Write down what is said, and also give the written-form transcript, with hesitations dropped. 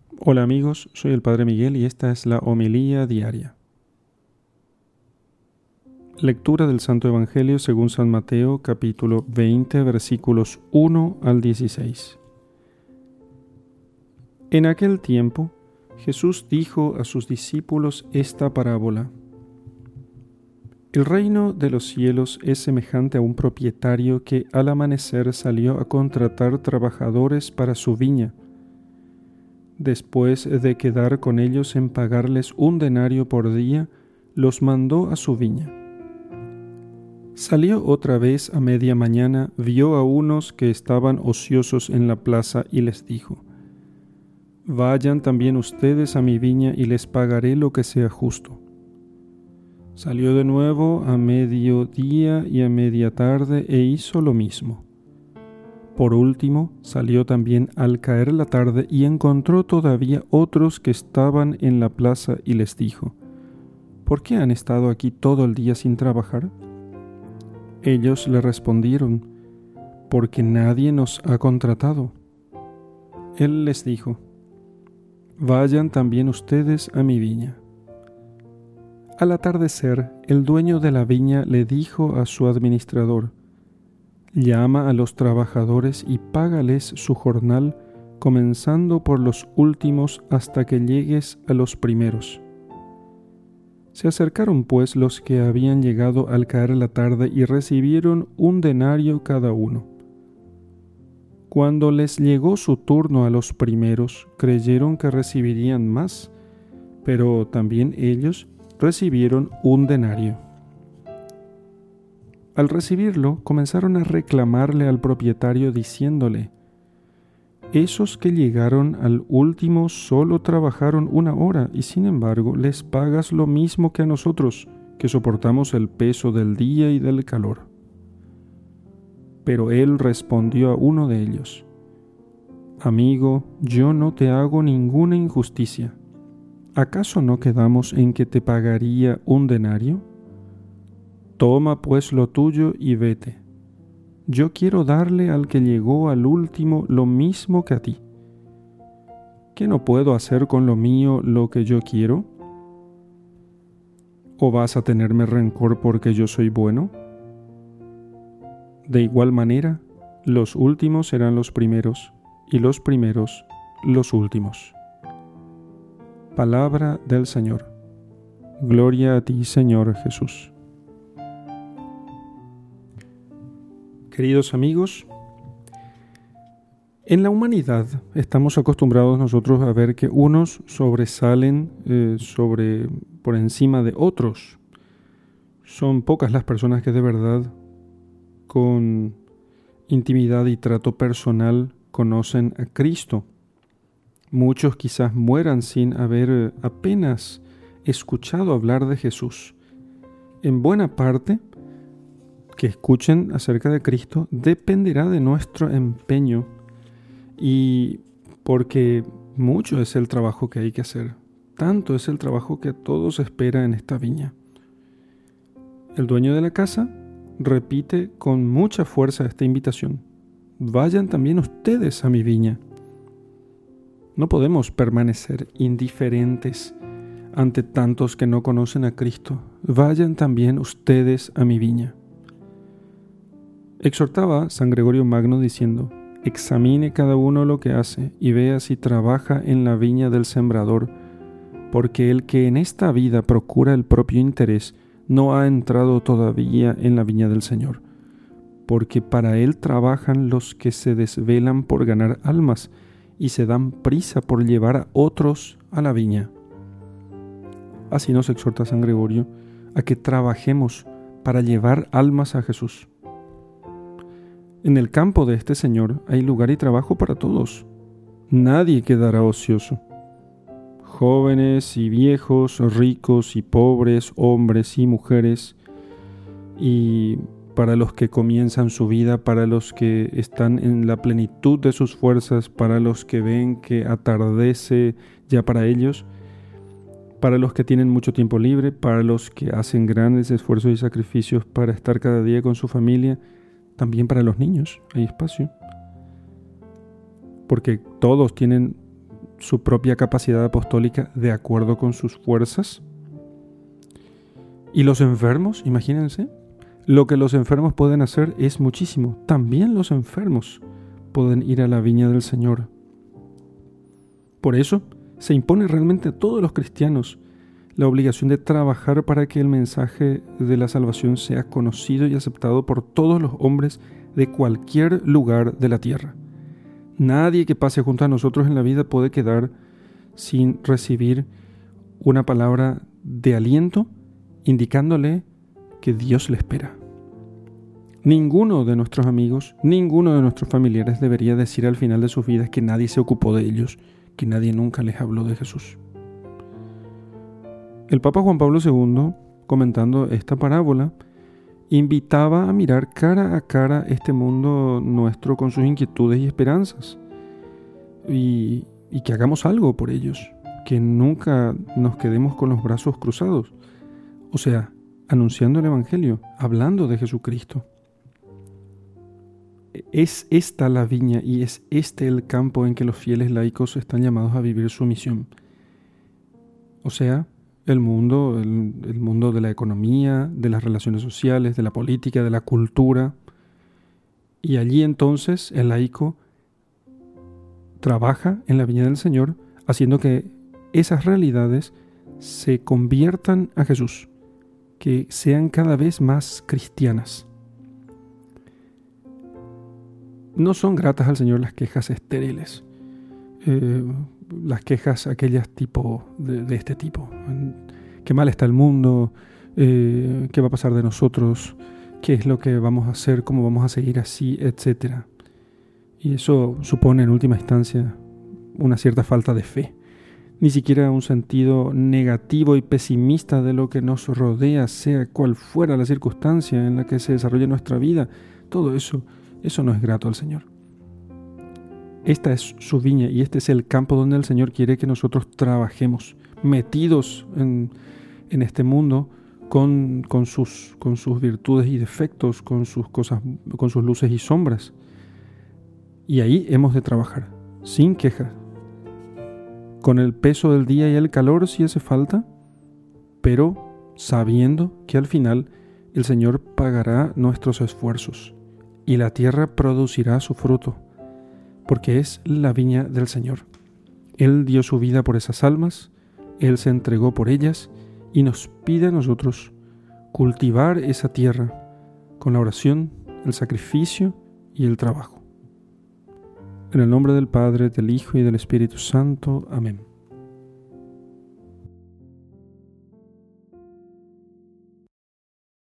Hola amigos, soy el Padre Miguel y esta es la homilía diaria. Lectura del Santo Evangelio según San Mateo, capítulo 20, versículos 1 al 16. En aquel tiempo, Jesús dijo a sus discípulos esta parábola. El reino de los cielos es semejante a un propietario que al amanecer salió a contratar trabajadores para su viña. Después de quedar con ellos en pagarles 1 denario por día, los mandó a su viña. Salió otra vez a media mañana, vio a unos que estaban ociosos en la plaza y les dijo: Vayan también ustedes a mi viña y les pagaré lo que sea justo. Salió de nuevo a mediodía y a media tarde e hizo lo mismo. Por último, salió también al caer la tarde y encontró todavía otros que estaban en la plaza y les dijo: ¿Por qué han estado aquí todo el día sin trabajar? Ellos le respondieron: porque nadie nos ha contratado. Él les dijo: Vayan también ustedes a mi viña. Al atardecer, el dueño de la viña le dijo a su administrador: Llama a los trabajadores y págales su jornal, comenzando por los últimos hasta que llegues a los primeros. Se acercaron pues los que habían llegado al caer la tarde y recibieron 1 denario cada uno. Cuando les llegó su turno a los primeros, creyeron que recibirían más, pero también ellos recibieron 1 denario. Al recibirlo, comenzaron a reclamarle al propietario diciéndole: Esos que llegaron al último solo trabajaron 1 hora y sin embargo les pagas lo mismo que a nosotros, que soportamos el peso del día y del calor. Pero él respondió a uno de ellos: Amigo, yo no te hago ninguna injusticia. ¿Acaso no quedamos en que te pagaría 1 denario? Toma pues lo tuyo y vete. Yo quiero darle al que llegó al último lo mismo que a ti. ¿Qué no puedo hacer con lo mío lo que yo quiero? ¿O vas a tenerme rencor porque yo soy bueno? De igual manera, los últimos serán los primeros, y los primeros los últimos. Palabra del Señor. Gloria a ti, Señor Jesús. Queridos amigos, en la humanidad estamos acostumbrados nosotros a ver que unos sobresalen por encima de otros. Son pocas las personas que de verdad, con intimidad y trato personal, conocen a Cristo. Muchos quizás mueran sin haber apenas escuchado hablar de Jesús. En buena parte, que escuchen acerca de Cristo dependerá de nuestro empeño, y porque mucho es el trabajo que hay que hacer, tanto es el trabajo que a todos espera en esta viña. El dueño de la casa repite con mucha fuerza esta invitación: vayan también ustedes a mi viña. No podemos permanecer indiferentes ante tantos que no conocen a Cristo. Vayan también ustedes a mi viña. Exhortaba San Gregorio Magno diciendo: examine cada uno lo que hace y vea si trabaja en la viña del sembrador, porque el que en esta vida procura el propio interés no ha entrado todavía en la viña del Señor, porque para él trabajan los que se desvelan por ganar almas y se dan prisa por llevar a otros a la viña. Así nos exhorta San Gregorio a que trabajemos para llevar almas a Jesús. En el campo de este Señor hay lugar y trabajo para todos. Nadie quedará ocioso. Jóvenes y viejos, ricos y pobres, hombres y mujeres, y para los que comienzan su vida, para los que están en la plenitud de sus fuerzas, para los que ven que atardece ya para ellos, para los que tienen mucho tiempo libre, para los que hacen grandes esfuerzos y sacrificios para estar cada día con su familia. También para los niños hay espacio, porque todos tienen su propia capacidad apostólica de acuerdo con sus fuerzas. Y los enfermos, imagínense, lo que los enfermos pueden hacer es muchísimo. También los enfermos pueden ir a la viña del Señor. Por eso se impone realmente a todos los cristianos la obligación de trabajar para que el mensaje de la salvación sea conocido y aceptado por todos los hombres de cualquier lugar de la tierra. Nadie que pase junto a nosotros en la vida puede quedar sin recibir una palabra de aliento indicándole que Dios le espera. Ninguno de nuestros amigos, ninguno de nuestros familiares debería decir al final de sus vidas que nadie se ocupó de ellos, que nadie nunca les habló de Jesús. El Papa Juan Pablo II, comentando esta parábola, invitaba a mirar cara a cara este mundo nuestro con sus inquietudes y esperanzas y que hagamos algo por ellos, que nunca nos quedemos con los brazos cruzados, o sea, anunciando el Evangelio, hablando de Jesucristo. Es esta la viña y es este el campo en que los fieles laicos están llamados a vivir su misión. O sea, el mundo de la economía, de las relaciones sociales, de la política, de la cultura. Y allí entonces el laico trabaja en la viña del Señor, haciendo que esas realidades se conviertan a Jesús, que sean cada vez más cristianas. No son gratas al Señor las quejas estériles, las quejas aquellas de este tipo. Qué mal está el mundo, qué va a pasar de nosotros, qué es lo que vamos a hacer, cómo vamos a seguir así, etc. Y eso supone en última instancia una cierta falta de fe. Ni siquiera un sentido negativo y pesimista de lo que nos rodea, sea cual fuera la circunstancia en la que se desarrolla nuestra vida. Todo eso no es grato al Señor. Esta es su viña y este es el campo donde el Señor quiere que nosotros trabajemos, metidos en este mundo con sus virtudes y defectos, con sus cosas, con sus luces y sombras. Y ahí hemos de trabajar, sin queja, con el peso del día y el calor si hace falta, pero sabiendo que al final el Señor pagará nuestros esfuerzos y la tierra producirá su fruto, porque es la viña del Señor. Él dio su vida por esas almas, Él se entregó por ellas y nos pide a nosotros cultivar esa tierra con la oración, el sacrificio y el trabajo. En el nombre del Padre, del Hijo y del Espíritu Santo. Amén.